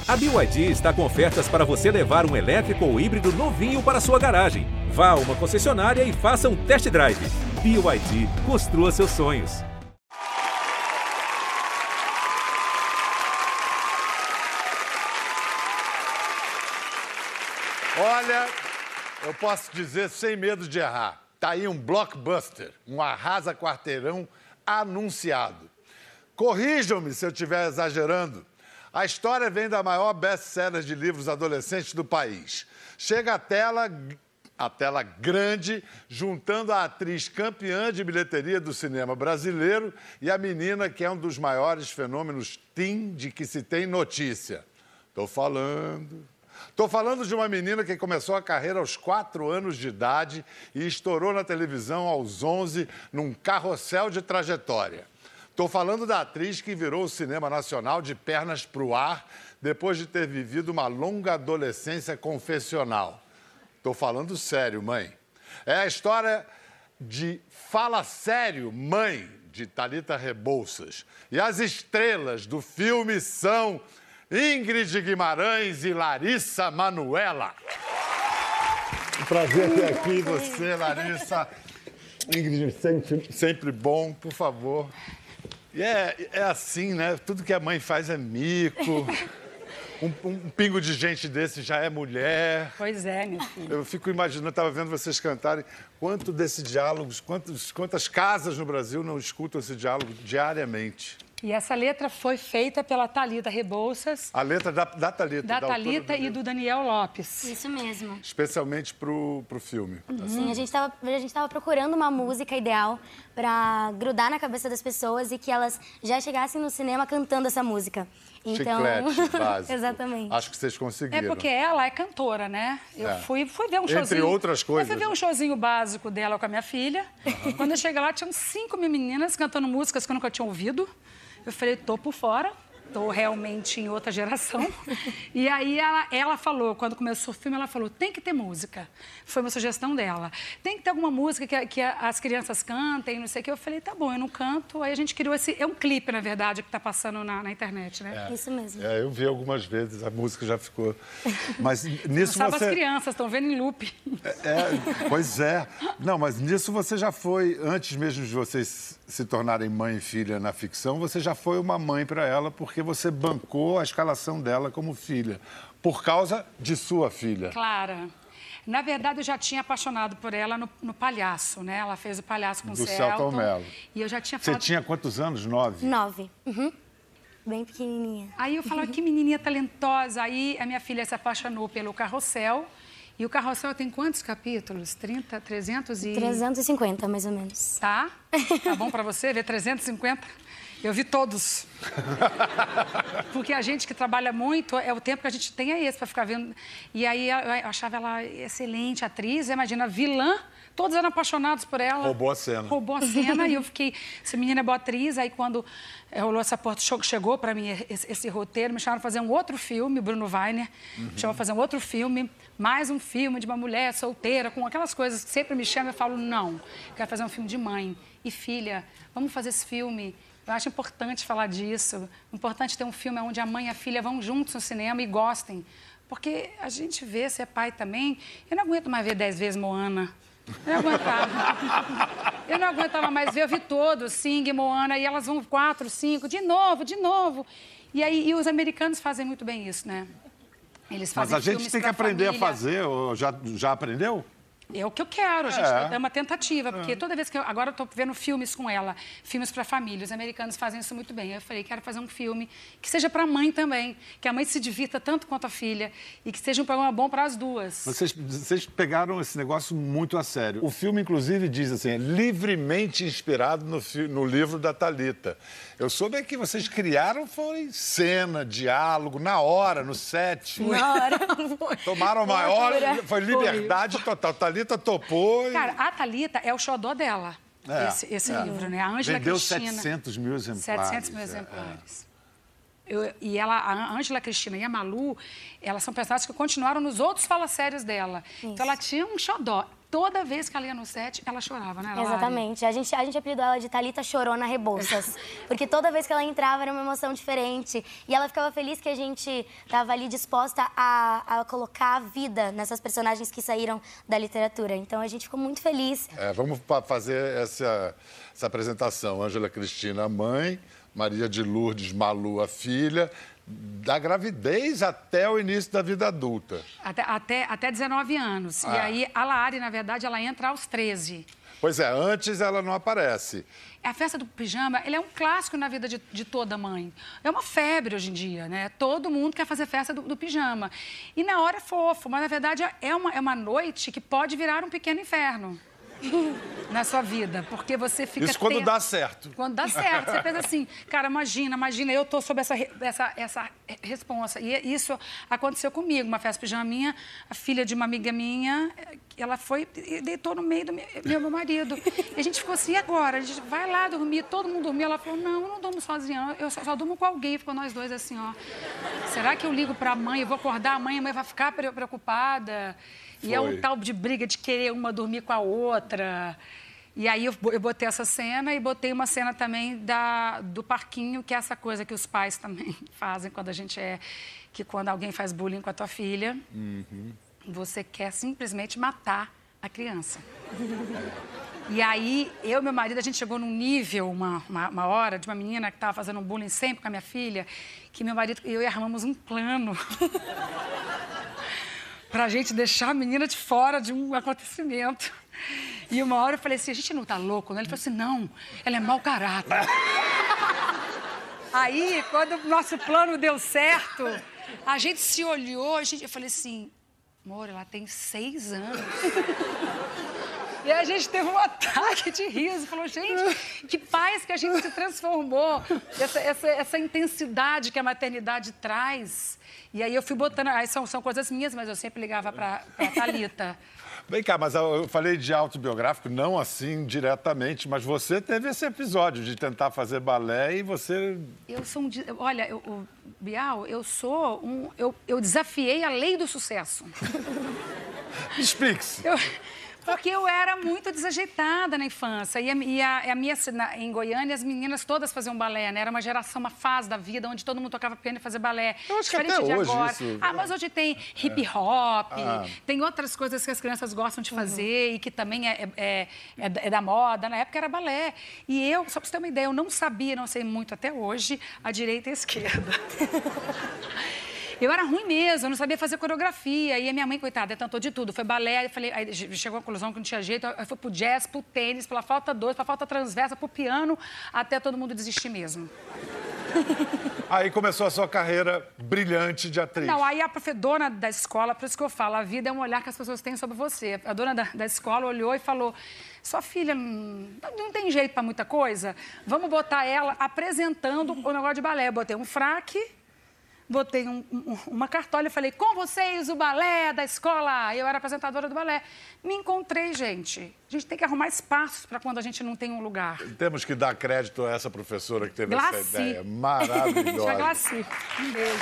A BYD está com ofertas para você levar um elétrico ou híbrido novinho para sua garagem. Vá a uma concessionária e faça um test drive. BYD, construa seus sonhos. Olha, eu posso dizer sem medo de errar. Tá aí um blockbuster, um arrasa-quarteirão anunciado. Corrijam-me se eu estiver exagerando. A história vem da maior best-seller de livros adolescentes do país. Chega à tela grande, juntando a atriz campeã de bilheteria do cinema brasileiro e a menina que é um dos maiores fenômenos teen de que se tem notícia. Tô falando de uma menina que começou a carreira aos 4 anos de idade e estourou na televisão aos 11 num carrossel de trajetória. Estou falando da atriz que virou o cinema nacional de pernas pro ar depois de ter vivido uma longa adolescência confessional. Estou falando sério, mãe. É a história de Fala Sério, Mãe, de Thalita Rebouças. E as estrelas do filme são Ingrid Guimarães e Larissa Manoela. Um prazer ter aqui você, Larissa. Ingrid, sempre bom, por favor. E é assim, né? Tudo que a mãe faz é mico. Um pingo de gente desse já é mulher. Pois é, meu filho. Eu fico imaginando, eu estava vendo vocês cantarem, quanto desses diálogos, quantas casas no Brasil não escutam esse diálogo diariamente. E essa letra foi feita pela Thalita Rebouças. A letra da Thalita. Da Thalita e do Daniel Lopes. Isso mesmo. Especialmente pro filme. Sim, a gente tava procurando uma música ideal para grudar na cabeça das pessoas e que elas já chegassem no cinema cantando essa música. Então... Chiclete básico. Exatamente. Acho que vocês conseguiram. É porque ela é cantora, né? Eu fui ver um showzinho... Entre outras coisas. Eu fui ver um showzinho básico dela com a minha filha. Quando eu cheguei lá, tinham 5 meninas cantando músicas que eu nunca tinha ouvido. Eu falei, tô por fora, tô realmente em outra geração. E aí ela falou, quando começou o filme, ela falou, tem que ter música. Foi uma sugestão dela. Tem que ter alguma música que as crianças cantem, não sei o quê. Eu falei, tá bom, eu não canto. Aí a gente criou esse... É um clipe, na verdade, que tá passando na internet, né? Isso mesmo. Eu vi algumas vezes, a música já ficou... Mas nisso Sabe, você... as crianças estão vendo em loop. Pois é. Não, mas nisso você já foi, antes mesmo de vocês se tornarem mãe e filha na ficção, você já foi uma mãe para ela porque você bancou a escalação dela como filha, por causa de sua filha. Clara. Na verdade, eu já tinha apaixonado por ela no Palhaço, né? Ela fez o Palhaço com o Celton Mello. E eu já tinha falado... Você tinha quantos anos? 9? 9. Bem pequenininha. Aí eu falava, que menininha talentosa. Aí a minha filha se apaixonou pelo Carrossel. E o Carrossel tem quantos capítulos? 30, 300 e... 350, mais ou menos. Tá? Tá bom pra você ver 350? Eu vi todos. Porque a gente que trabalha muito, o tempo que a gente tem é esse pra ficar vendo. E aí eu achava ela excelente atriz. Imagina, vilã, todos eram apaixonados por ela. Roubou a cena. Roubou a cena e eu fiquei... Essa menina é boa atriz. Aí quando rolou essa porta, chegou pra mim esse roteiro, me chamaram pra fazer um outro filme, Bruno Weiner. Me chamou pra fazer um outro filme, mais um filme de uma mulher solteira, com aquelas coisas que sempre me chamam. Eu falo, não, quero fazer um filme de mãe e filha. Vamos fazer esse filme. Eu acho importante falar disso. Importante ter um filme onde a mãe e a filha vão juntos no cinema e gostem. Porque a gente vê, se é pai também. Eu não aguento mais ver 10 vezes Moana. Eu não aguentava. Eu não aguentava mais ver. Eu vi todos, Sing, Moana, e elas vão 4, 5, de novo. E aí os americanos fazem muito bem isso, né? Eles fazem. Mas a gente tem que aprender família. a fazer. Ou já aprendeu? É o que eu quero, gente. É uma tentativa, porque toda vez que agora eu estou vendo filmes com ela, filmes para família, os americanos fazem isso muito bem. Eu falei, quero fazer um filme que seja para a mãe também, que a mãe se divirta tanto quanto a filha e que seja um programa bom para as duas. Vocês pegaram esse negócio muito a sério. O filme, inclusive, diz assim, é livremente inspirado no livro da Thalita. Eu soube que vocês criaram, foi cena, diálogo, na hora, no set. Na hora. Tomaram a maior, foi liberdade total. Thalita topou. Cara, a Thalita é o xodó dela, esse livro, né? A Ângela Cristina. Vendeu 700 mil exemplares. 700 mil exemplares. A Ângela Cristina e a Malu, elas são personagens que continuaram nos outros fala-sérios dela. Isso. Então, ela tinha um xodó. toda vez que ela ia no set, ela chorava, né, Lari? Exatamente. A gente apelidou ela de Thalita Chorona Rebouças. Porque toda vez que ela entrava era uma emoção diferente. E ela ficava feliz que a gente estava ali disposta a colocar a vida nessas personagens que saíram da literatura. Então a gente ficou muito feliz. Vamos fazer essa apresentação. Ângela Cristina, a mãe, Maria de Lourdes Malu, a filha, da gravidez até o início da vida adulta. Até 19 anos. E aí, a Lari, na verdade, ela entra aos 13. Pois é, antes ela não aparece. A festa do pijama, ele é um clássico na vida de toda mãe. É uma febre hoje em dia, né? Todo mundo quer fazer festa do pijama. E na hora é fofo, mas na verdade é uma noite que pode virar um pequeno inferno na sua vida, porque você fica... Isso quando dá certo. Quando dá certo. Você pensa assim, cara, imagina, eu tô sob essa responsa. E isso aconteceu comigo, uma festa pijaminha, a filha de uma amiga minha, ela foi e deitou no meio do meu marido. E a gente ficou assim, e agora? A gente vai lá dormir, todo mundo dormiu. Ela falou, não, eu não durmo sozinha, eu só durmo com alguém. Ficou nós dois assim, ó. Será que eu ligo pra mãe, eu vou acordar a mãe vai ficar preocupada? E é um tal de briga de querer uma dormir com a outra. E aí eu botei essa cena e botei uma cena também do parquinho, que é essa coisa que os pais também fazem quando a gente que quando alguém faz bullying com a tua filha, você quer simplesmente matar a criança. E aí, eu e meu marido, a gente chegou num nível, uma hora, de uma menina que estava fazendo um bullying sempre com a minha filha, que meu marido e eu armamos um plano pra gente deixar a menina de fora de um acontecimento. E uma hora eu falei assim, a gente não tá louco, né? Ele falou assim, não, ela é mau caráter. Aí, quando o nosso plano deu certo, a gente se olhou, eu falei assim, amor, ela tem 6 anos. E a gente teve um ataque de riso. Falou, gente, que paz que a gente se transformou. Essa intensidade que a maternidade traz. E aí eu fui botando... Aí são coisas minhas, mas eu sempre ligava pra Thalita. Vem cá, mas eu falei de autobiográfico, não assim diretamente, mas você teve esse episódio de tentar fazer balé e você... Eu sou Olha, Bial, eu desafiei a lei do sucesso. Explique-se. Porque eu era muito desajeitada na infância. Em Goiânia, as meninas todas faziam balé, né? Era uma geração, uma fase da vida onde todo mundo tocava piano e fazia balé. Eu acho que até hoje isso... mas hoje tem hip hop, tem outras coisas que as crianças gostam de fazer e que também é da moda. Na época era balé. E eu, só pra você ter uma ideia, eu não sei muito até hoje, a direita e a esquerda. Eu era ruim mesmo, eu não sabia fazer coreografia. E a minha mãe, coitada, tentou de tudo. Foi balé, aí chegou à conclusão que não tinha jeito. Aí foi pro jazz, pro tênis, pela flauta doce, pra flauta transversa, pro piano, até todo mundo desistir mesmo. Aí começou a sua carreira brilhante de atriz. Não, aí a dona da escola, por isso que eu falo, a vida é um olhar que as pessoas têm sobre você. A dona da escola olhou e falou, sua filha não tem jeito pra muita coisa, vamos botar ela apresentando o negócio de balé. Eu botei um fraque, botei uma cartola e falei, com vocês, o balé da escola. Eu era apresentadora do balé. Me encontrei, gente. A gente tem que arrumar espaços para quando a gente não tem um lugar. Temos que dar crédito a essa professora que teve Glaci. essa ideia maravilhosa. Tia Glaci. Um beijo.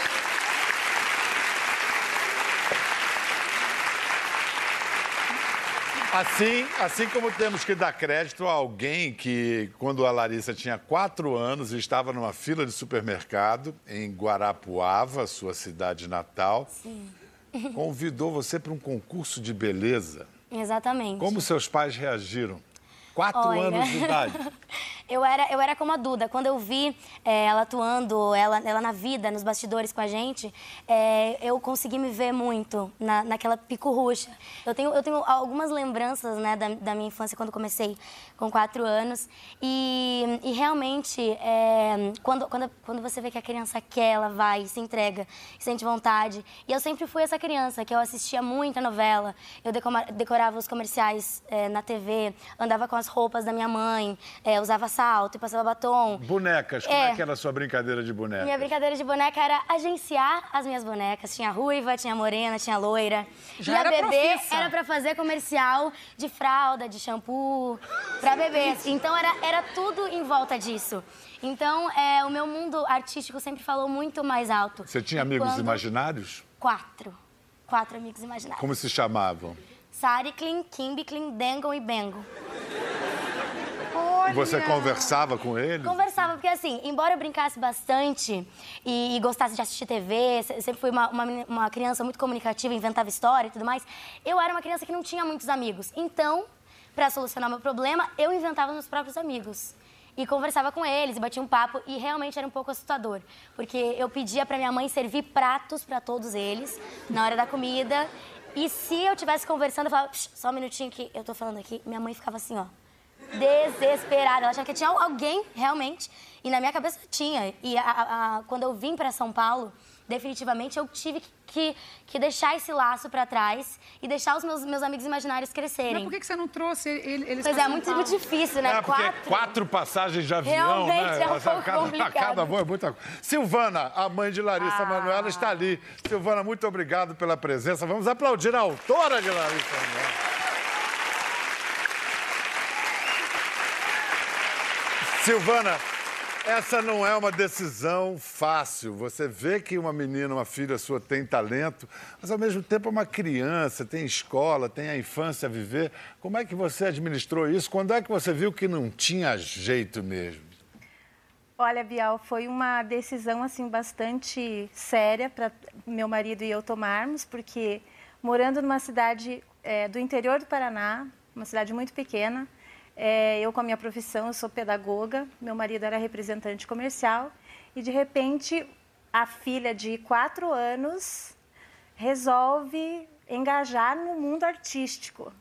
Assim como temos que dar crédito a alguém que, quando a Larissa tinha 4 anos, estava numa fila de supermercado em Guarapuava, sua cidade natal, convidou você para um concurso de beleza. Exatamente. Como seus pais reagiram? 4 anos de idade. Eu era como a Duda. Quando eu vi ela atuando, ela na vida, nos bastidores com a gente, eu consegui me ver muito naquela pico-ruxa. Eu tenho algumas lembranças, né, da minha infância, quando comecei com 4 anos. E realmente, quando você vê que a criança quer, ela vai, se entrega, sente vontade. E eu sempre fui essa criança, que eu assistia muita novela, eu decorava os comerciais na TV, andava com as roupas da minha mãe, usava salto e passava batom. Bonecas, como é que era a sua brincadeira de boneca? Minha brincadeira de boneca era agenciar as minhas bonecas. Tinha ruiva, tinha morena, tinha loira. Já e a era bebê profissa. era pra fazer comercial de fralda, de shampoo, pra bebês. Então era tudo em volta disso. Então o meu mundo artístico sempre falou muito mais alto. Você tinha amigos imaginários? 4 amigos imaginários. Como se chamavam? Sariclin, Kimbiclin, Dengon e Bengo. E você conversava com ele? Conversava, porque assim, embora eu brincasse bastante e gostasse de assistir TV, sempre fui uma criança muito comunicativa, inventava história e tudo mais, eu era uma criança que não tinha muitos amigos. Então, para solucionar meu problema, eu inventava meus próprios amigos. E conversava com eles, e batia um papo, e realmente era um pouco assustador. Porque eu pedia pra minha mãe servir pratos pra todos eles, na hora da comida. E se eu estivesse conversando, eu falava, só um minutinho que eu tô falando aqui, minha mãe ficava assim, ó, desesperada. Ela achava que tinha alguém, realmente, e na minha cabeça tinha. E quando eu vim pra São Paulo, definitivamente eu tive que deixar esse laço pra trás e deixar os meus amigos imaginários crescerem. Mas por que você não trouxe eles Pois é, muito difícil, né? Porque 4 passagens de avião, realmente, né? é um pouco complicado. Cada voo é muita coisa. Silvana, a mãe de Larissa Manoela, está ali. Silvana, muito obrigado pela presença. Vamos aplaudir a autora de Larissa Manoela. Silvana, essa não é uma decisão fácil. Você vê que uma menina, uma filha sua tem talento, mas ao mesmo tempo é uma criança, tem escola, tem a infância a viver. Como é que você administrou isso? Quando é que você viu que não tinha jeito mesmo? Olha, Bial, foi uma decisão assim bastante séria para meu marido e eu tomarmos, porque morando numa cidade do interior do Paraná, uma cidade muito pequena, eu, com a minha profissão, eu sou pedagoga, meu marido era representante comercial e, de repente, a filha de 4 anos resolve engajar no mundo artístico.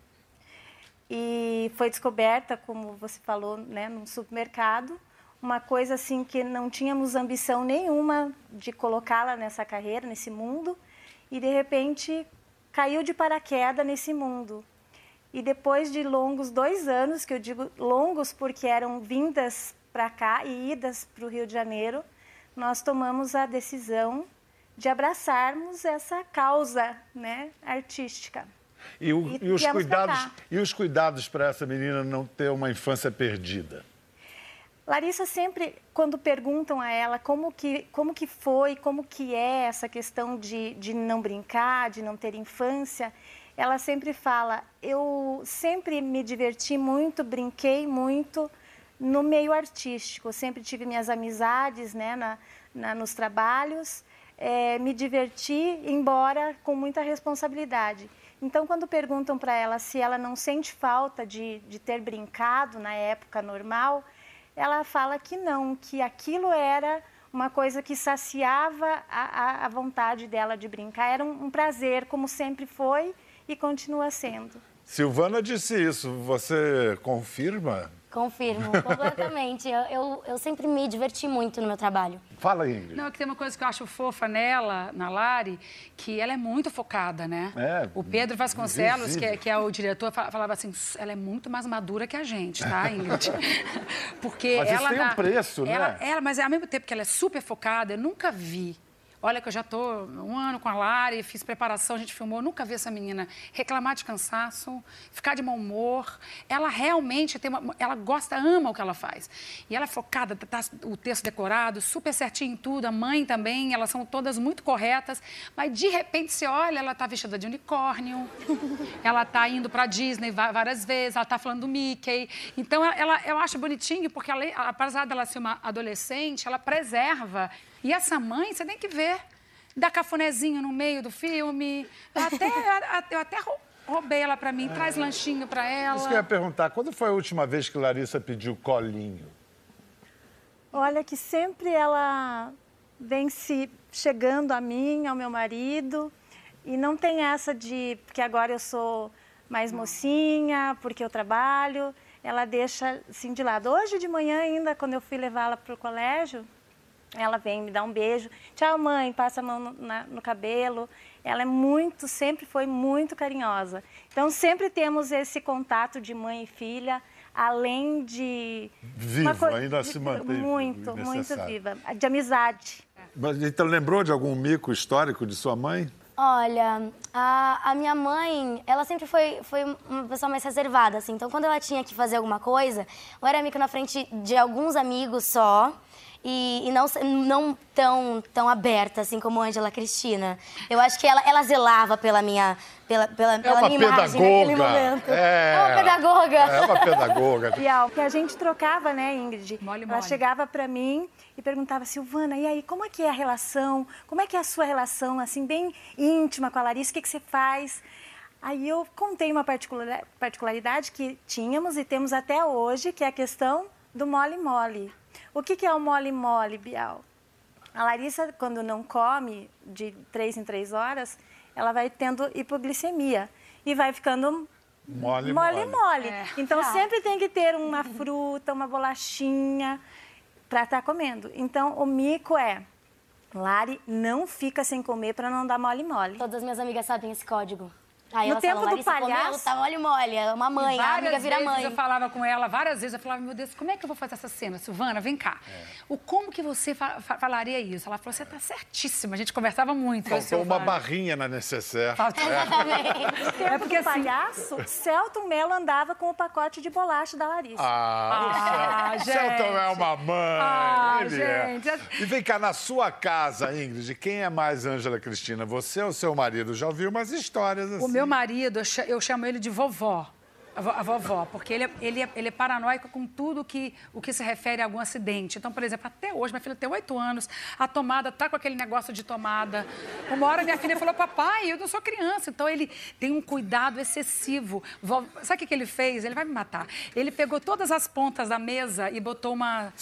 E foi descoberta, como você falou, né, num supermercado, uma coisa assim que não tínhamos ambição nenhuma de colocá-la nessa carreira, nesse mundo, e, de repente, caiu de paraquedas nesse mundo. E depois de longos 2 anos, que eu digo longos porque eram vindas para cá e idas para o Rio de Janeiro, nós tomamos a decisão de abraçarmos essa causa, né, artística. E os cuidados para essa menina não ter uma infância perdida? Larissa sempre, quando perguntam a ela como que foi, como que é essa questão de não brincar, de não ter infância, ela sempre fala, eu sempre me diverti muito, brinquei muito no meio artístico. Sempre tive minhas amizades, né, nos trabalhos, me diverti, embora com muita responsabilidade. Então, quando perguntam para ela se ela não sente falta de ter brincado na época normal, ela fala que não, que aquilo era uma coisa que saciava a vontade dela de brincar. Era um prazer, como sempre foi, e continua sendo. Silvana disse isso. Você confirma? Confirmo, completamente. Eu sempre me diverti muito no meu trabalho. Fala, Ingrid. Não, é que tem uma coisa que eu acho fofa nela, na Lari, que ela é muito focada, né? O Pedro Vasconcelos, que é o diretor, falava assim, ela é muito mais madura que a gente, tá, Ingrid? Porque mas ela... Mas isso tem um preço, né? Mas ao mesmo tempo que ela é super focada, eu nunca vi. Olha que eu já estou 1 ano com a Lari, fiz preparação, a gente filmou, nunca vi essa menina reclamar de cansaço, ficar de mau humor. Ela realmente ela gosta, ama o que ela faz. E ela é focada, tá o texto decorado, super certinho em tudo, a mãe também, elas são todas muito corretas. Mas de repente você olha, ela está vestida de unicórnio, ela está indo para a Disney várias vezes, ela está falando do Mickey. Então eu acho bonitinho, porque apesar dela ser uma adolescente, ela preserva. E essa mãe, você tem que ver, dá cafunézinho no meio do filme. Eu até roubei ela para mim, traz lanchinho para ela. Isso que eu ia perguntar, quando foi a última vez que Larissa pediu colinho? Olha que sempre ela vem chegando a mim, ao meu marido, e não tem essa de, porque agora eu sou mais mocinha, porque eu trabalho, ela deixa assim de lado. Hoje de manhã ainda, quando eu fui levá-la para o colégio, ela vem me dar um beijo. Tchau, mãe, passa a mão no cabelo. Ela sempre foi muito carinhosa. Então, sempre temos esse contato de mãe e filha, além de... Viva, ainda se mantém muito viva. De amizade. Mas, então, lembrou de algum mico histórico de sua mãe? Olha, a minha mãe, ela sempre foi uma pessoa mais reservada, assim. Então, quando ela tinha que fazer alguma coisa, ou era mico na frente de alguns amigos só, e não tão aberta, assim, como Ângela Cristina. Eu acho que ela zelava pela minha imagem naquele momento. É uma pedagoga. É uma pedagoga. Bial, que a gente trocava, né, Ingrid? Mole. Ela chegava pra mim e perguntava, Silvana, e aí, como é que é a relação? Como é que é a sua relação, assim, bem íntima com a Larissa? O que você faz? Aí eu contei uma particularidade que tínhamos e temos até hoje, que é a questão do mole-mole. O que é o mole-mole, Bial? A Larissa, quando não come de 3 em 3 horas, ela vai tendo hipoglicemia e vai ficando mole-mole. Então, sempre tem que ter uma fruta, uma bolachinha para estar comendo. Então, o mico é, Lari, não fica sem comer para não dar mole-mole. Todas as minhas amigas sabem esse código. Aí no elas tempo falam, do palhaço, tá mole-mole, é uma mãe, a amiga vira mãe. Eu falava com ela várias vezes, eu falava, meu Deus, como é que eu vou fazer essa cena? Silvana, vem cá. Como que você falaria isso? Ela falou, você tá certíssima, a gente conversava muito. Faltou uma barrinha na necessaire. No tempo do palhaço, Celton Mello andava com o pacote de bolacha da Larissa. O Celton é uma mãe. Gente. E vem cá, na sua casa, Ingrid, quem é mais Ângela Cristina? Você ou seu marido? Já ouviu umas histórias assim? O meu marido, eu chamo ele de vovó. A vovó, porque ele é paranoico com tudo o que se refere a algum acidente. Então, por exemplo, até hoje, minha filha tem 8 anos, a tomada tá com aquele negócio de tomada. Uma hora minha filha falou, papai, eu não sou criança. Então, ele tem um cuidado excessivo. Sabe o que ele fez? Ele vai me matar. Ele pegou todas as pontas da mesa e botou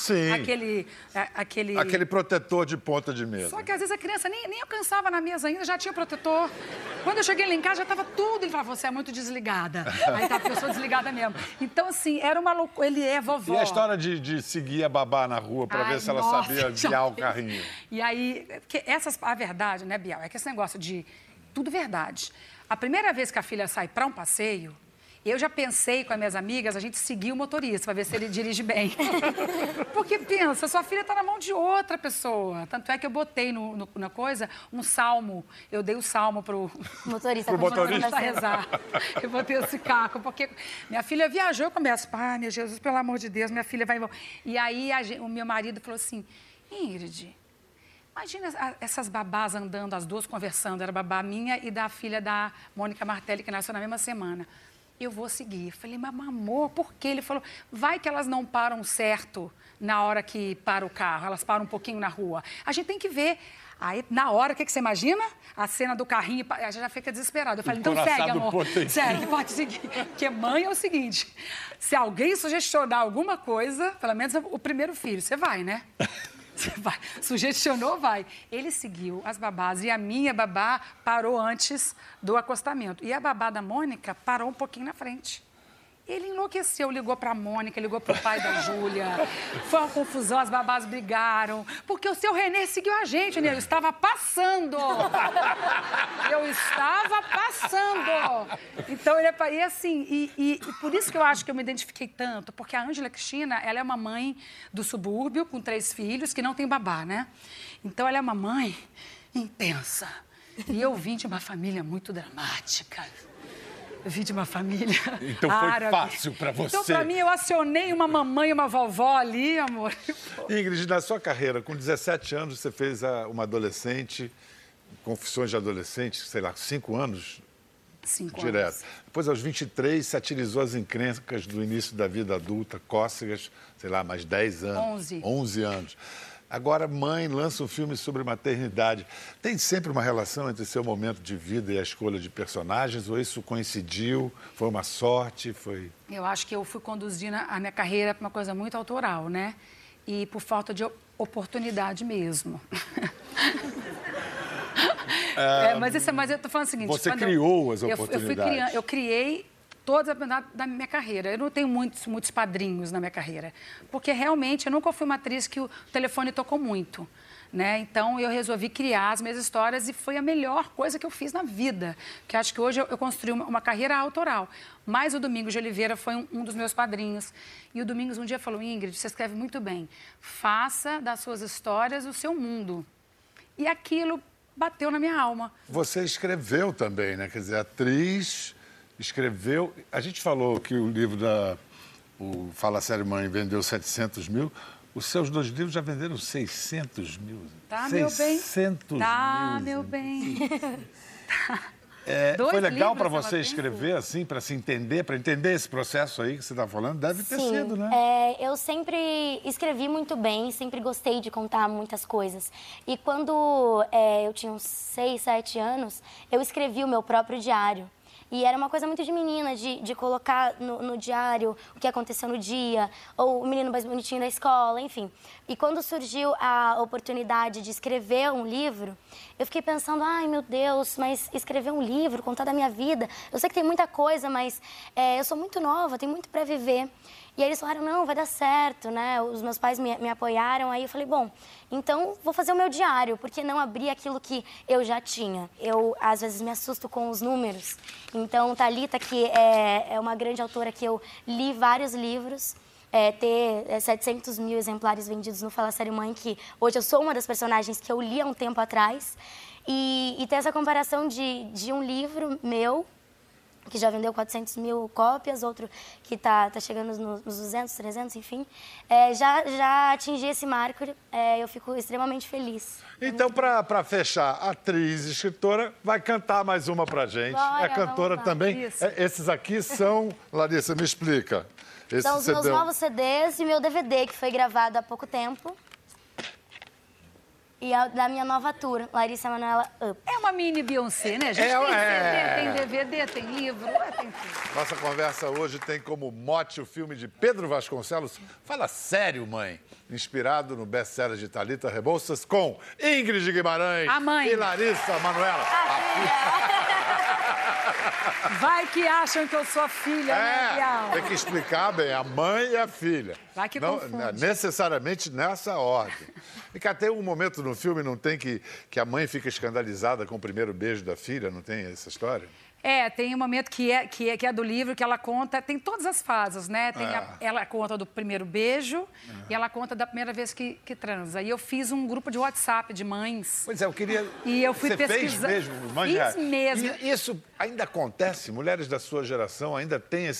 aquele protetor de ponta de mesa. Só que, às vezes, a criança nem alcançava na mesa ainda, já tinha protetor. Quando eu cheguei lá em casa, já estava tudo. Ele falava, você é muito desligada. Aí tá, eu sou desligada mesmo. Então, assim, era uma loucura. Ele é vovó. E a história de seguir a babá na rua para ver se ela sabia guiar o carrinho? E aí, a verdade, né, Bial, é que esse negócio de tudo verdade. A primeira vez que a filha sai para um passeio, eu já pensei com as minhas amigas, a gente seguir o motorista para ver se ele dirige bem. Porque, pensa, sua filha está na mão de outra pessoa. Tanto é que eu botei na coisa um salmo. Eu dei o salmo pro motorista rezar. Eu botei esse caco, porque minha filha viajou, eu começo, pai, meu Jesus, pelo amor de Deus, minha filha vai embora. E aí o meu marido falou assim, Ingrid, imagina essas babás andando, as duas conversando. Era a babá minha e da filha da Mônica Martelli, que nasceu na mesma semana. Eu vou seguir. Eu falei, mas amor, por quê? Ele falou, vai que elas não param certo na hora que para o carro, elas param um pouquinho na rua. A gente tem que ver. Aí, na hora, o que você imagina? A cena do carrinho, a gente já fica desesperado. Eu falei, então segue, amor. Sério, pode seguir. Porque mãe é o seguinte, se alguém sugestionar alguma coisa, pelo menos o primeiro filho, você vai, né? Você vai. Sugestionou, vai. Ele seguiu as babás e a minha babá parou antes do acostamento. E a babá da Mônica parou um pouquinho na frente. Ele enlouqueceu, ligou para a Mônica, ligou para o pai da Júlia. Foi uma confusão, as babás brigaram. Porque o seu Renê seguiu a gente, né? Eu estava passando. Eu estava passando. Então, ele é... E assim, e por isso que eu acho que eu me identifiquei tanto. Porque a Ângela Cristina, ela é uma mãe do subúrbio, com 3 filhos, que não tem babá, né? Então, ela é uma mãe intensa. E eu vim de uma família muito dramática. Eu vim de uma família então foi árabe. Fácil para você. Então, para mim, eu acionei uma mamãe e uma vovó ali, amor. Ingrid, na sua carreira, com 17 anos, você fez uma adolescente, Confissões de Adolescente, sei lá, 5 anos? 5 direto. anos. Depois, aos 23, satirizou as encrencas do início da vida adulta, cócegas, sei lá, mais 10 anos. 11 anos. Agora, mãe, lança um filme sobre maternidade. Tem sempre uma relação entre seu momento de vida e a escolha de personagens? Ou isso coincidiu? Foi uma sorte? Foi... Eu acho que eu fui conduzindo a minha carreira para uma coisa muito autoral, né? E por falta de oportunidade mesmo. Mas eu tô falando o seguinte... Você criou as oportunidades. Eu criei toda da minha carreira. Eu não tenho muitos padrinhos na minha carreira. Porque, realmente, eu nunca fui uma atriz que o telefone tocou muito, né? Então, eu resolvi criar as minhas histórias e foi a melhor coisa que eu fiz na vida. Porque acho que hoje eu construí uma carreira autoral. Mas o Domingos de Oliveira foi um dos meus padrinhos. E o Domingos um dia falou, Ingrid, você escreve muito bem. Faça das suas histórias o seu mundo. E aquilo bateu na minha alma. Você escreveu também, né? Quer dizer, atriz... Escreveu... A gente falou que o livro o Fala Sério Mãe vendeu 700 mil. Os seus 2 livros já venderam 600 mil. Tá, meu bem. 600 Tá, mil. meu bem. Foi legal para livros, você ela escrever assim, para se entender, para entender esse processo aí que você está falando? Deve ter sido, né? Eu sempre escrevi muito bem, sempre gostei de contar muitas coisas. E quando eu tinha uns 6, 7 anos, eu escrevi o meu próprio diário. E era uma coisa muito de menina, de colocar no diário o que aconteceu no dia, ou o menino mais bonitinho da escola, enfim. E quando surgiu a oportunidade de escrever um livro, eu fiquei pensando, ai meu Deus, mas escrever um livro, contar da minha vida, eu sei que tem muita coisa, mas eu sou muito nova, tenho muito para viver. E aí eles falaram, não, vai dar certo, né? Os meus pais me apoiaram, aí eu falei, bom, então vou fazer o meu diário, porque não abrir aquilo que eu já tinha. Eu, às vezes, me assusto com os números. Então, Thalita, que é uma grande autora que eu li vários livros, ter 700 mil exemplares vendidos no Fala Sério Mãe, que hoje eu sou uma das personagens que eu li há um tempo atrás, e ter essa comparação de um livro meu, que já vendeu 400 mil cópias, outro que tá chegando nos 200, 300, enfim. Já atingi esse marco, eu fico extremamente feliz. Então, para fechar, atriz, escritora, vai cantar mais uma pra gente. Bora, é cantora vamos lá. também. Isso. Esses aqui são... Larissa, me explica. Esse São os meus CD. novos CDs e meu DVD, que foi gravado há pouco tempo. E da minha nova tour, Larissa Manoela Up. É uma mini Beyoncé, né? A gente tem CD, tem DVD, tem livro, tem tudo. Nossa conversa hoje tem como mote o filme de Pedro Vasconcelos, Fala Sério, Mãe, inspirado no best-seller de Thalita Rebouças, com Ingrid Guimarães A mãe. e Larissa Manoela. Vai que acham que eu sou a filha, né, Bial? Tem que explicar bem, a mãe e a filha. Vai que não confunde. necessariamente nessa ordem. E que até um momento no filme não tem que a mãe fica escandalizada com o primeiro beijo da filha, não tem essa história? Tem um momento que é do livro, que ela conta, tem todas as fases, né? Ela conta do primeiro beijo e ela conta da primeira vez que transa. E eu fiz um grupo de WhatsApp de mães. Pois é, eu queria... E eu fui Você pesquisar. fez mesmo? Fiz mesmo. E isso ainda acontece? Mulheres da sua geração ainda têm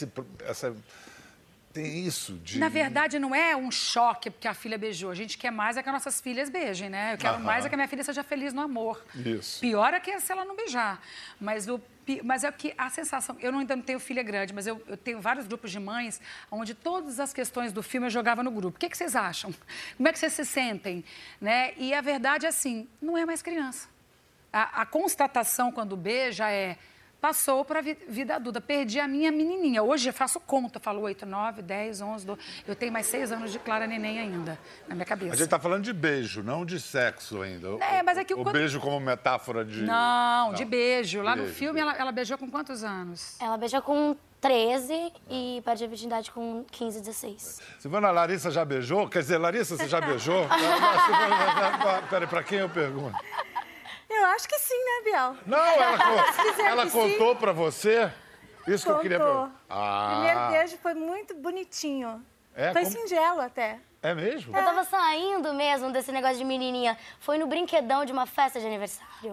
tem isso de... Na verdade, não é um choque porque a filha beijou. A gente quer mais é que as nossas filhas beijem, né? Eu quero mais é que a minha filha seja feliz no amor. Isso. Pior é que se ela não beijar. Mas é que a sensação... Eu ainda não tenho filha grande, mas eu tenho vários grupos de mães onde todas as questões do filme eu jogava no grupo. O que vocês acham? Como é que vocês se sentem? Né? E a verdade é assim, não é mais criança. A constatação quando beija passou para a vida adulta. Perdi a minha menininha. Hoje eu faço conta. Falo 8, 9, 10, 11, 12. Eu tenho mais 6 anos de Clara Neném ainda, na minha cabeça. A gente está falando de beijo, não de sexo ainda. Mas é que o beijo como metáfora de... Não, de beijo. Lá no Beijo, filme, ela beijou com quantos anos? Ela beijou com 13 e perde a virgindade com 15, 16. Silvana, Larissa já beijou? Quer dizer, Larissa, você já beijou? Peraí, para quem eu pergunto? Eu acho que sim, né, Bial? Não, ela contou para você? Isso que eu queria perguntar. O primeiro beijo foi muito bonitinho. Foi singelo até. É mesmo? Eu tava saindo mesmo desse negócio de menininha. Foi no brinquedão de uma festa de aniversário.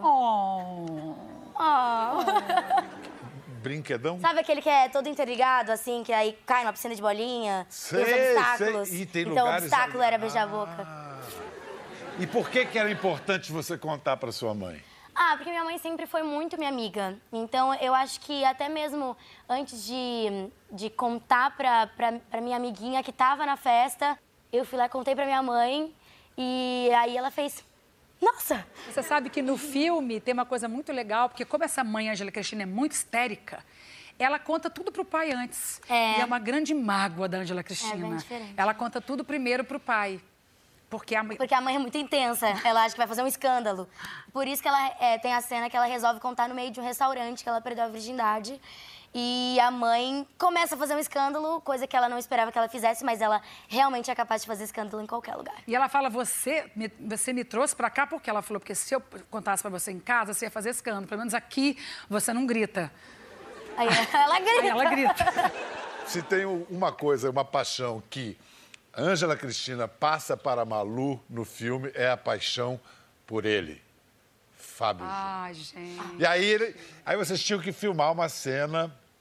Brinquedão? Sabe aquele que é todo interligado, assim, que aí cai numa piscina de bolinha? Sei, tem os obstáculos. sei. E tem então lugares o obstáculo ali. era beijar a boca. E por que era importante você contar para sua mãe? Porque minha mãe sempre foi muito minha amiga. Então, eu acho que até mesmo antes de contar pra minha amiguinha que tava na festa, eu fui lá e contei pra minha mãe. E aí ela fez... Nossa! Você sabe que no filme tem uma coisa muito legal, porque como essa mãe, Ângela Cristina, é muito histérica, ela conta tudo pro pai antes. E é uma grande mágoa da Ângela Cristina. É bem diferente. Ela conta tudo primeiro pro pai. Porque a mãe é muito intensa, ela acha que vai fazer um escândalo. Por isso que ela tem a cena que ela resolve contar no meio de um restaurante, que ela perdeu a virgindade. E a mãe começa a fazer um escândalo, coisa que ela não esperava que ela fizesse, mas ela realmente é capaz de fazer escândalo em qualquer lugar. E ela fala, você me trouxe pra cá porque ela falou, porque se eu contasse pra você em casa, você ia fazer escândalo. Pelo menos aqui, você não grita. Aí ela grita. Aí ela grita. Se tem uma coisa, uma paixão que Ângela Cristina passa para Malu no filme, é a paixão por ele, Fábio. Ai, gente. E aí vocês tinham que filmar uma cena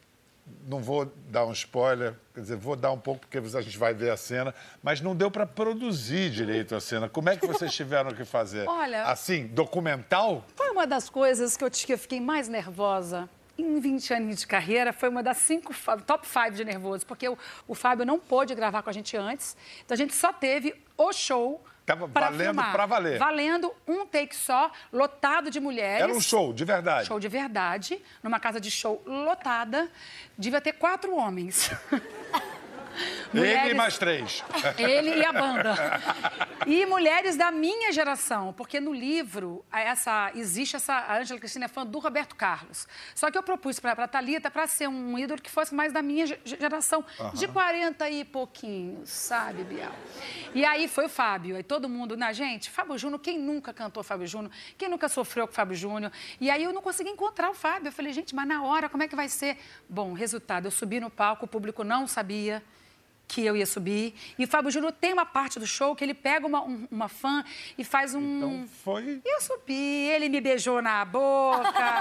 não vou dar um spoiler, quer dizer, vou dar um pouco porque a gente vai ver a cena, mas não deu para produzir direito a cena. Como é que vocês tiveram que fazer? Olha... Assim, documental? Foi uma das coisas que eu fiquei mais nervosa em 20 anos de carreira, foi uma das top 5 de nervoso, porque o Fábio não pôde gravar com a gente antes, então a gente só teve o show para filmar. Pra valer. Valendo, um take só, lotado de mulheres. Era um show, de verdade? Show de verdade, numa casa de show lotada, devia ter 4 homens. Mulheres... Ele e mais 3. Ele e a banda. E mulheres da minha geração, porque no livro a Ângela Cristina é fã do Roberto Carlos. Só que eu propus para a Thalita para ser um ídolo que fosse mais da minha geração, de 40 e pouquinhos, sabe, Bial? E aí foi o Fábio, aí todo mundo, gente, Fábio Júnior, quem nunca cantou Fábio Júnior? Quem nunca sofreu com Fábio Júnior? E aí eu não consegui encontrar o Fábio. Eu falei, gente, mas na hora, como é que vai ser? Bom, resultado, eu subi no palco, o público não sabia que eu ia subir. E o Fábio Júnior tem uma parte do show que ele pega uma fã e faz um... Então foi... Eu subi, ele me beijou na boca.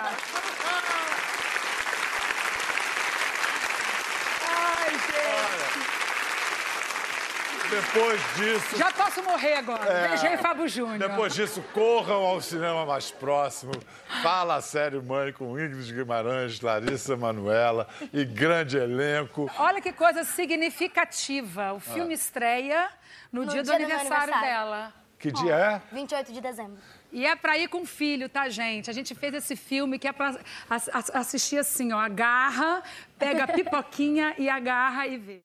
Ai, gente. Depois disso... Já posso morrer agora. Beijei Fábio Júnior. Depois disso, corram ao cinema mais próximo. Fala Sério Mãe com Ingrid Guimarães, Larissa Manoela e grande elenco. Olha que coisa significativa. O filme estreia no dia do aniversário dela. Que dia é? 28 de dezembro. E é pra ir com o filho, tá, gente? A gente fez esse filme que é pra assistir assim, ó. Agarra, pega a pipoquinha e agarra e vê.